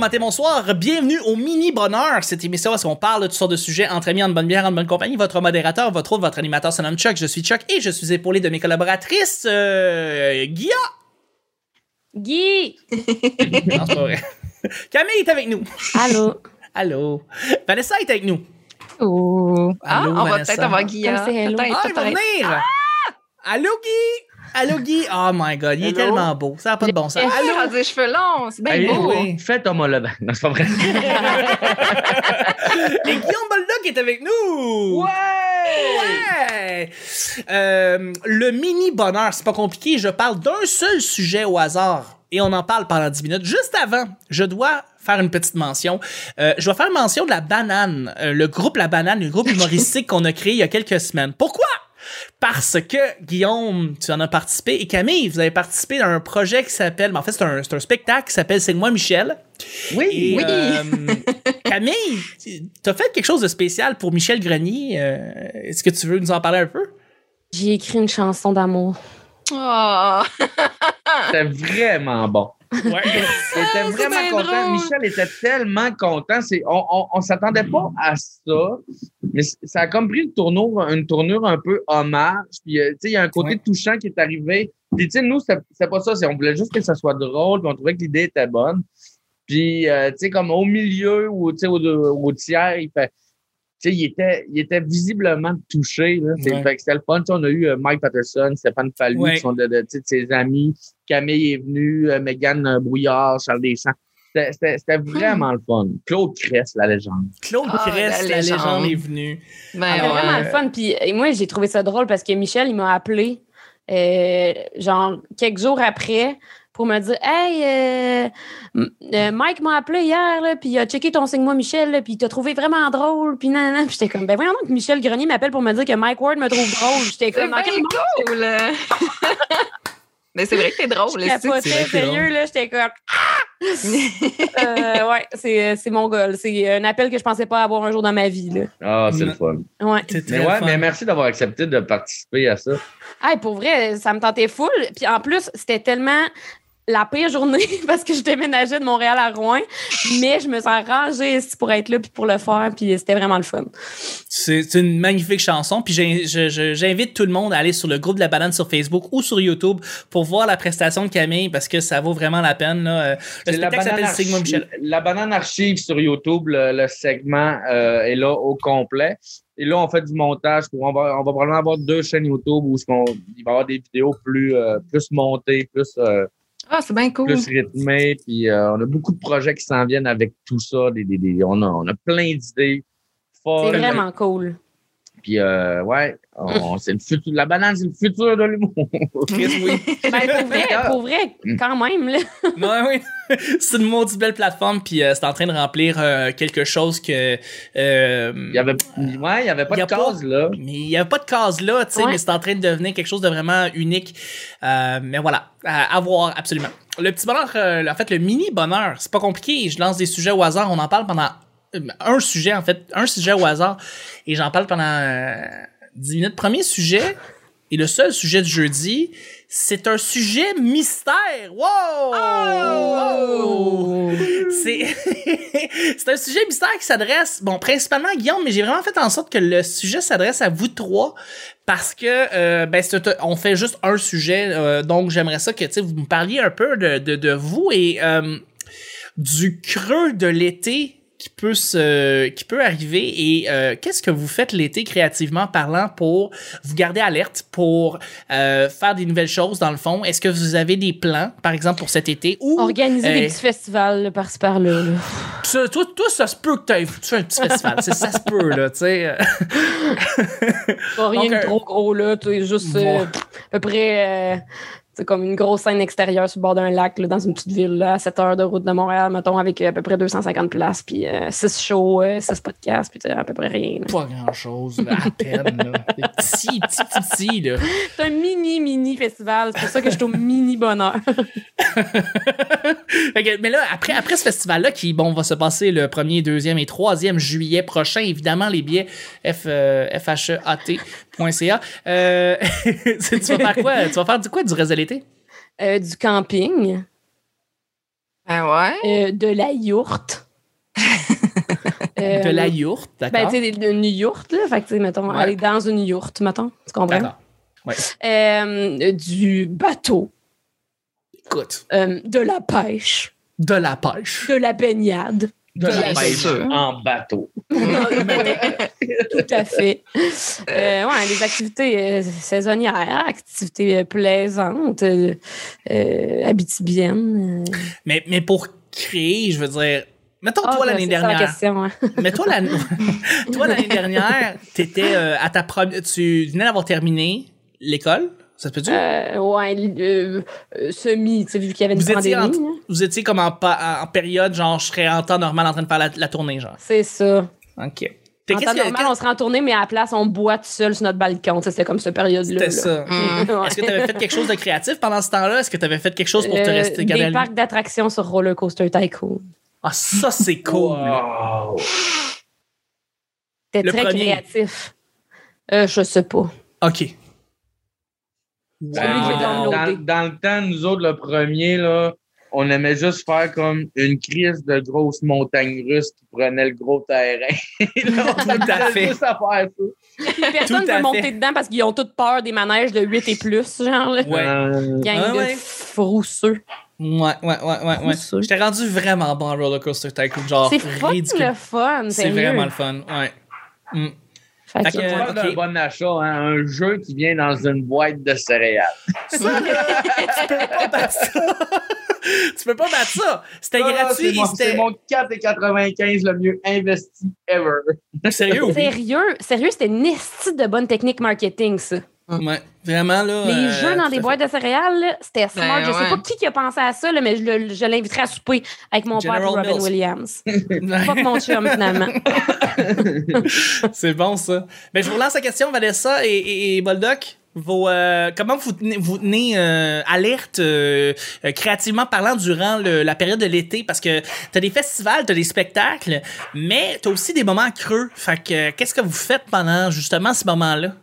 matin, bonsoir. Bienvenue au Mini Bonheur. Cette émission où on parle de toutes sortes de sujets entre amis, en bonne bière, en bonne compagnie. Votre modérateur, votre hôte, votre animateur se nomme Chuck. Je suis Chuck et je suis épaulé de mes collaboratrices, Guilla. Guy! Non, c'est pas vrai. Camille est avec nous. Allô? Allô. Vanessa est avec nous. Oh. Allô, on va Vanessa. peut-être avoir Guy. Comme c'est hello. Ah, il va venir. Allô, Guy. Allô, Guy. Oh my God, il est tellement beau. Ça n'a pas de bon sens. Allô, Allô. a des cheveux longs, c'est bien Hey, beau. oui. Fais Thomas Levac. Non, c'est pas vrai. Et Guillaume Boldoc est avec nous. Ouais! Le mini bonheur, c'est pas compliqué. Je parle d'un seul sujet au hasard et on en parle pendant 10 minutes. Juste avant, je dois faire une petite mention. Je dois faire mention de La Banane, le groupe La Banane, le groupe humoristique qu'on a créé il y a quelques semaines. Pourquoi? Parce que, Guillaume, tu en as participé, et Camille, vous avez participé à un projet qui s'appelle... En fait, c'est un spectacle qui s'appelle C'est moi Michel. Oui, Et, oui. Camille, t'as fait quelque chose de spécial pour Michel Grenier. Est-ce que tu veux nous en parler un peu? J'ai écrit une chanson d'amour. Oh. C'était vraiment bon. Ouais. J'étais vraiment bien content. drôle. Michel était tellement content. On s'attendait pas à ça, mais ça a comme pris une tournure un peu hommage. Puis, tu sais, il y a un côté Ouais. touchant qui est arrivé. Puis, tu sais, nous, c'était pas ça. On voulait juste que ça soit drôle. Puis, on trouvait que l'idée était bonne. Puis, tu sais, comme au milieu ou, tu sais, au tiers, il fait... Tu sais, il était visiblement touché. Là. Ouais. Fait que c'était le fun. Tu sais, on a eu Mike Patterson, Stéphane Fallu, Ouais. qui sont de ses amis. Camille est venue, Mégane Brouillard, Charles Deschamps. C'était vraiment le fun. Claude Cress, la légende. Claude Ah, Cress, la la légende légende. est venue. Ben C'était ouais. vraiment le fun. Puis moi, j'ai trouvé ça drôle parce que Michel, il m'a appelé genre quelques jours après pour me dire « Hey, Mike m'a appelé hier, là, puis il a checké ton signe-moi Michel, là, puis il t'a trouvé vraiment drôle. » Puis nan, nan, nan. Puis j'étais comme « Ben voyons donc que Michel Grenier m'appelle pour me dire que Mike Ward me trouve drôle. » J'étais C'est comme « Dans quel bien monde? cool. Mais c'est vrai que t'es drôle. Je capotais, C'est vrai que c'est sérieux, drôle. là, j'étais comme ouais, c'est mon goal. C'est un appel que je pensais pas avoir un jour dans ma vie, là. Ah, c'est le fun. Ouais. C'est Mais très ouais, fun. mais merci d'avoir accepté de participer à ça. Hey, pour vrai, ça me tentait full. Puis en plus, c'était tellement la pire journée parce que je déménageais de Montréal à Rouen, mais je me suis arrangée ici pour être là puis pour le faire, puis c'était vraiment le fun. C'est une magnifique chanson. Puis j'invite tout le monde à aller sur le groupe de La Banane sur Facebook ou sur YouTube pour voir la prestation de Camille parce que ça vaut vraiment la peine. Là. Le C'est spectacle s'appelle Sigma Michel. La banane archive sur YouTube, le segment est là au complet. Et là, on fait du montage. On va probablement avoir 2 chaînes YouTube où il va y avoir des vidéos plus montées, plus C'est bien cool. rythmées. Puis on a beaucoup de projets qui s'en viennent avec tout ça. On a plein d'idées. C'est folles. vraiment cool. Puis ouais, c'est le futur. La banane, c'est le futur de l'humour. Chris, oui. Ben, pour vrai, quand même, là. Ouais, oui. C'est une maudite belle plateforme, puis c'est en train de remplir quelque chose que... Il y avait pas Il y a de case, là. Mais il n'y avait pas de case là, tu sais, Ouais. mais c'est en train de devenir quelque chose de vraiment unique. Mais voilà, à voir, absolument. Le petit bonheur, en fait, le mini bonheur, c'est pas compliqué. Je lance des sujets au hasard, on en parle pendant un sujet au hasard, et j'en parle pendant 10 minutes. Premier sujet, et le seul sujet du jeudi, c'est un sujet mystère. Wow! Wow! C'est c'est un sujet mystère qui s'adresse, bon, principalement à Guillaume, mais j'ai vraiment fait en sorte que le sujet s'adresse à vous trois parce que on fait juste un sujet, donc j'aimerais ça que vous me parliez un peu de vous et du creux de l'été qui peut arriver et qu'est-ce que vous faites l'été créativement parlant pour vous garder alerte, pour faire des nouvelles choses dans le fond? Est-ce que vous avez des plans, par exemple, pour cet été? Ou Organiser des petits festivals là, par-ci par-là. Là. ça, toi, ça se peut que tu fais un petit festival. Ça se peut, là, tu sais. Pas rien Donc, de trop gros, là. Tu sais, juste Ouais. à peu près... c'est comme une grosse scène extérieure sur le bord d'un lac, là, dans une petite ville, là, à 7 heures de route de Montréal, mettons, avec à peu près 250 places, puis 6 shows, 6 podcasts, puis à peu près rien. Là. Pas grand-chose, là, à peine, là. Des petits, là. C'est un mini festival, c'est pour ça que je suis au mini bonheur. Mais là, après ce festival-là, qui, bon, va se passer le 1er, 2e et 3e juillet prochain, évidemment, les billets fheat.ca. Tu vas faire quoi? Tu vas faire du quoi du reste de l'été? Du camping. De la yourte. De la yourte, d'accord. Ben, tu sais, une yourte, là. Fait que, tu sais, mettons, aller dans une yourte, mettons. Tu comprends? D'accord. Ouais. Du bateau. Écoute. De la pêche. De la pêche. De la baignade. De la pêche sûr. en bateau. Tout à fait. Des activités saisonnières, activités plaisantes, abitibiennes. Mais pour créer, je veux dire, mettons toi l'année c'est dernière. Ça la question, ouais. Mais toi l'année dernière, t'étais à ta première, tu venais d'avoir terminé l'école. Ça se peut-tu? Semi, tu sais, vu qu'il y avait une pandémie. Vous étiez comme en période, genre, je serais en temps normal en train de faire la tournée, genre. C'est ça. OK. En temps normal, on serait en tournée, mais à la place, on boit tout seul sur notre balcon. C'était comme cette période-là. C'était ça. Ouais. Est-ce que tu avais fait quelque chose de créatif pendant ce temps-là? Est-ce que tu avais fait quelque chose pour te rester des parcs d'attractions sur Roller Coaster Tycoon. Ah, ça, c'est cool. Wow. C'était très créatif. Je sais pas. OK. Dans le temps, nous autres, le premier, là, on aimait juste faire comme une crise de grosse montagne russe qui prenait le gros terrain. Là, on Tout à fait. juste à faire ça. Puis personne ne peut monter dedans parce qu'ils ont toutes peur des manèges de 8 et plus, genre. Là. Ouais. Gang de frousseux. Ouais. J'étais rendu vraiment bon en Roller Coaster Tycoon, genre c'est ridicule. Le fun. C'est vraiment le fun, ouais. Fait tu parles d'un bon achat, hein, un jeu qui vient dans une boîte de céréales. Ça, tu peux pas battre ça. Tu peux pas battre ça. C'était gratuit. C'est mon 4,95 le mieux investi ever. Sérieux? Sérieux, c'était une estie de bonne technique marketing, ça. Ouais, vraiment, là. Les jeux dans des boîtes de céréales, là, c'était smart. Je sais pas qui a pensé à ça, là, mais je l'inviterais à souper avec mon père Robin Williams. Pas que mon chum, finalement. C'est bon, ça. Mais je vous relance la question, Vanessa et Boldoc. Comment vous tenez alerte créativement parlant durant la période de l'été? Parce que t'as des festivals, t'as des spectacles, mais t'as aussi des moments creux. Fait que qu'est-ce que vous faites pendant justement ces moments-là?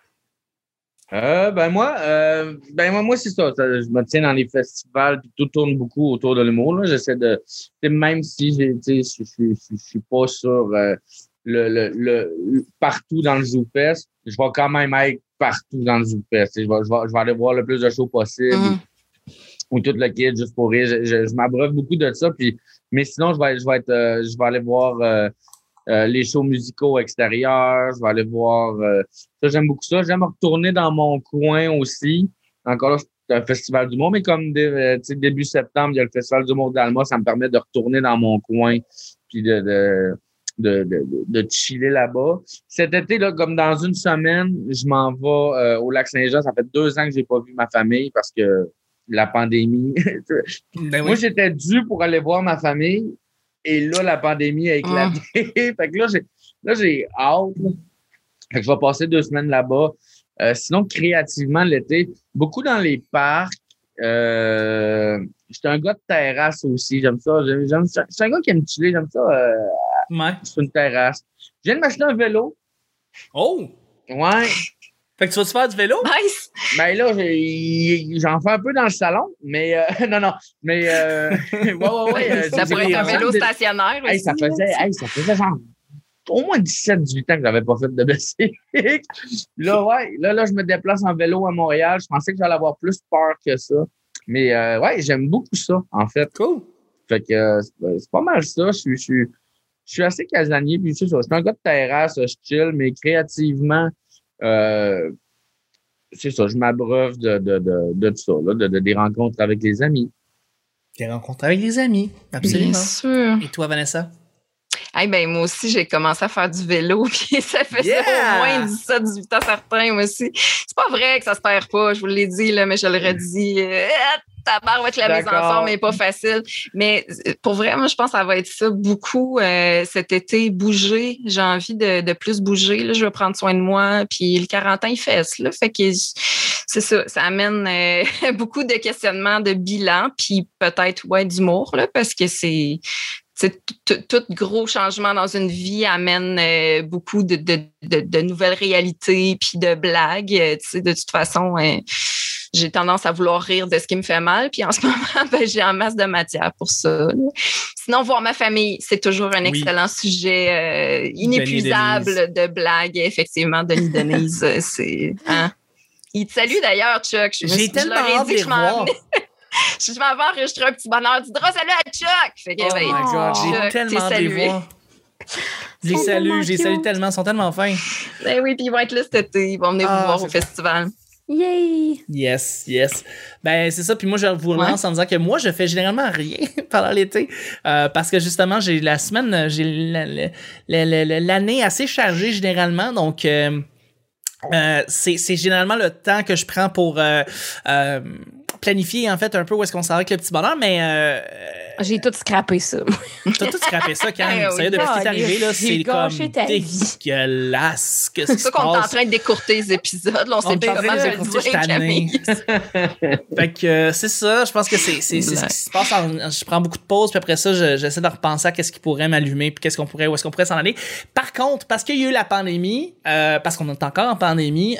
Moi, c'est ça. Je me tiens dans les festivals, puis tout tourne beaucoup autour de l'humour. Là. J'essaie de, même si je suis pas sur le partout dans le ZooFest, je vais quand même être partout dans le ZooFest. Je vais aller voir le plus de shows possible ou tout le kit juste pour rire. Je m'abreuve beaucoup de ça. Mais sinon, je vais aller voir les shows musicaux extérieurs. Je vais aller voir ça, j'aime beaucoup ça. J'aime retourner dans mon coin aussi. Encore là, c'est un festival d'humour, mais comme début septembre, il y a le festival d'humour d'Alma, ça me permet de retourner dans mon coin puis de chiller là-bas. Cet été, là, comme dans une semaine, je m'en vais au Lac-Saint-Jean. Ça fait 2 ans que j'ai pas vu ma famille parce que la pandémie. Moi, j'étais dû pour aller voir ma famille. Et là, la pandémie a éclaté. Fait que là, j'ai hâte. Fait que je vais passer 2 semaines là-bas. Sinon, créativement, l'été, beaucoup dans les parcs. J'étais un gars de terrasse aussi. J'aime ça. C'est un gars qui aime chiller. J'aime ça. Sur une terrasse. Je viens de m'acheter un vélo. Oh! Ouais. Fait que tu vas te faire du vélo? Nice! Ben là, j'en fais un peu dans le salon, mais non. Mais ouais. Ça pourrait être un vélo stationnaire aussi. Ça faisait genre au moins 17-18 ans que j'avais pas fait de bicycle. Là, je me déplace en vélo à Montréal. Je pensais que j'allais avoir plus peur que ça. Mais j'aime beaucoup ça, en fait. Cool. Fait que c'est pas mal ça. Je suis assez casanier. Puis c'est ça. Je suis un gars de terrasse, je chill, mais créativement, c'est ça. Je m'abreuve de tout ça, là, des rencontres avec les amis. Des rencontres avec les amis, absolument. Bien sûr. Et toi, Vanessa? Moi aussi, j'ai commencé à faire du vélo, puis ça faisait au moins 17-18 ans certains, moi aussi. C'est pas vrai que ça se perd pas, je vous l'ai dit, là, mais je le redis. Ta barre avec la mise en forme n'est pas facile. Mais pour vrai, moi, je pense que ça va être ça beaucoup cet été, bouger. J'ai envie de plus bouger. Là, je veux prendre soin de moi. Puis le 40 ans, il fesse. Là, fait que c'est ça. Ça amène beaucoup de questionnements, de bilan, puis peut-être d'humour, là, parce que c'est tout gros changement dans une vie amène beaucoup de nouvelles réalités puis de blagues. De toute façon, j'ai tendance à vouloir rire de ce qui me fait mal. Puis en ce moment, ben, j'ai en masse de matière pour ça. Là. Sinon, voir ma famille, c'est toujours un excellent sujet inépuisable de blagues. Effectivement, Denis Denise, c'est... Hein? Il te salue d'ailleurs, Chuck. J'ai tellement hâte de les revoir. Je m'en vais enregistrer un petit bonheur. Tu diras salut à Chuck! Fait que, oh my God, j'ai tellement hâte de les voir. Je les salue tellement, ils sont tellement fins. Ben oui, puis ils vont être là cet été. Ils vont venir vous voir au festival. Yay! Yes. Ben, c'est ça. Puis moi, je vous relance en disant que moi, je fais généralement rien pendant l'été. Parce que justement, j'ai la semaine, j'ai l'année assez chargée généralement. Donc, c'est généralement le temps que je prends pour planifier en fait un peu où est-ce qu'on s'en va avec le petit bonheur, mais j'ai tout scrappé ça. T'as tout scrappé ça quand même. Sérieux, depuis que t'es arrivé, là, c'est comme dégueulasse. C'est ça qu'on est en train de décourter les épisodes. Là, on sait pas comment je le dis, Camille. Fait que c'est ça. Je pense que c'est ce qui se passe. Je prends beaucoup de pauses, puis après ça, j'essaie de repenser à qu'est-ce qui pourrait m'allumer, puis où est-ce qu'on pourrait s'en aller. Par contre, parce qu'il y a eu la pandémie, parce qu'on est encore en pandémie,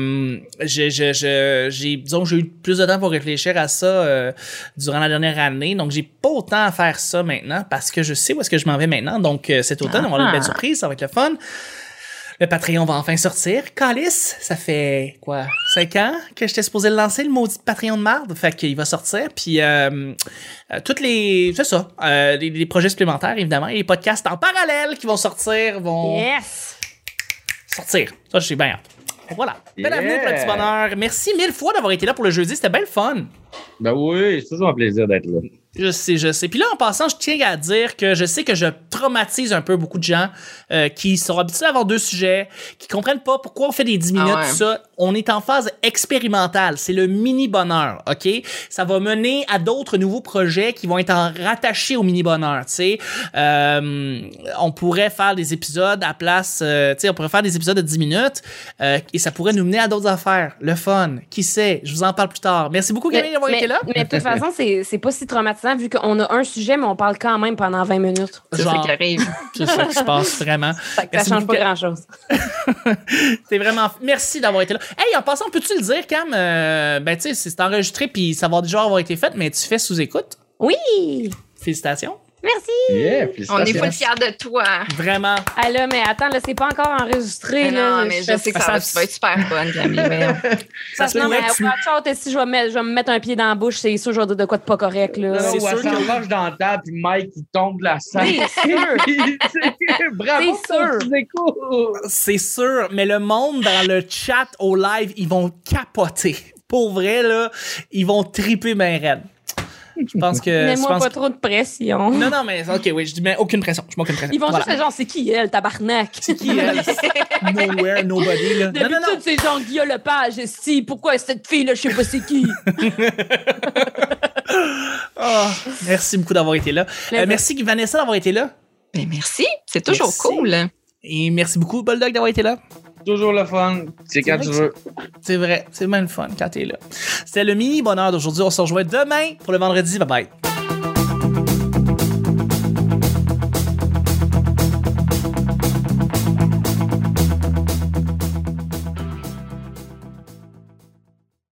disons que j'ai eu plus de temps pour réfléchir à ça durant la dernière année. Donc, j'ai pas autant à faire ça maintenant parce que je sais où est-ce que je m'en vais maintenant. Donc, cet automne, on va avoir une belle surprise. Ça va être le fun. Le Patreon va enfin sortir. Calice, ça fait, 5 ans que j'étais supposé le lancer, le maudit Patreon de marde. Fait qu'il va sortir. Puis, toutes les... C'est ça. Les projets supplémentaires, évidemment. Et les podcasts en parallèle qui vont sortir vont... Yes! Sortir. Ça, je suis bien hâte. Voilà. Belle avenue pour le petit bonheur. Merci 1000 fois d'avoir été là pour le jeudi. C'était bien le fun. Ben oui, c'est toujours un plaisir d'être là. Je sais. Puis là, en passant, je tiens à dire que je sais que je traumatise un peu beaucoup de gens qui sont habitués à avoir 2 sujets, qui comprennent pas pourquoi on fait des 10 minutes, tout ça. On est en phase expérimentale. C'est le mini-bonheur, OK? Ça va mener à d'autres nouveaux projets qui vont être rattachés au mini-bonheur, tu sais. On pourrait faire des épisodes à place... tu sais, on pourrait faire des épisodes de 10 minutes et ça pourrait nous mener à d'autres affaires. Le fun. Qui sait? Je vous en parle plus tard. Merci beaucoup, Camille, d'avoir été là. Mais de toute façon, c'est pas si traumatisant vu qu'on a un sujet, mais on parle quand même pendant 20 minutes. C'est ça qui arrive. C'est ça qui se passe, vraiment. Ça change pas grand-chose. C'est vraiment... Merci d'avoir été là. Hey, en passant, peux-tu le dire, Cam? Ben, tu sais, c'est enregistré puis ça va déjà avoir été fait, mais tu fais sous-écoute. Oui! Félicitations. Merci! Yeah, on est full fiers de toi. Vraiment. Ah là, mais attends, là, c'est pas encore enregistré. Non, mais je sais que ça va être super fun, Camille. Ça se non, mais pourrait que si je vais me mettre un pied dans la bouche, c'est sûr que je vais dire de quoi de pas correct. Là. C'est sûr sûr que marche dans la table, puis Mike, il tombe de la salle. C'est sûr! Bravo, C'est sûr, mais le monde dans le chat au live, ils vont capoter. Pour vrai, là, ils vont triper ben raide. Je pense que... Mets-moi pas trop de pression. Non, mais OK, oui, je dis mais aucune pression. Je mets aucune pression. Ils vont juste faire genre, c'est qui elle, tabarnak? C'est qui elle? Nowhere, nobody, là. D'habitude, c'est genre Guillaume Lepage. Si, pourquoi cette fille-là, je sais pas c'est qui? Merci beaucoup d'avoir été là. Merci Vanessa d'avoir été là. Ben merci, c'est toujours cool. Et merci beaucoup Bulldog d'avoir été là. Toujours le fun. C'est quand tu veux. C'est vrai, c'est même le fun quand t'es là. C'était le mini bonheur d'aujourd'hui. On se rejoint demain pour le vendredi. Bye bye.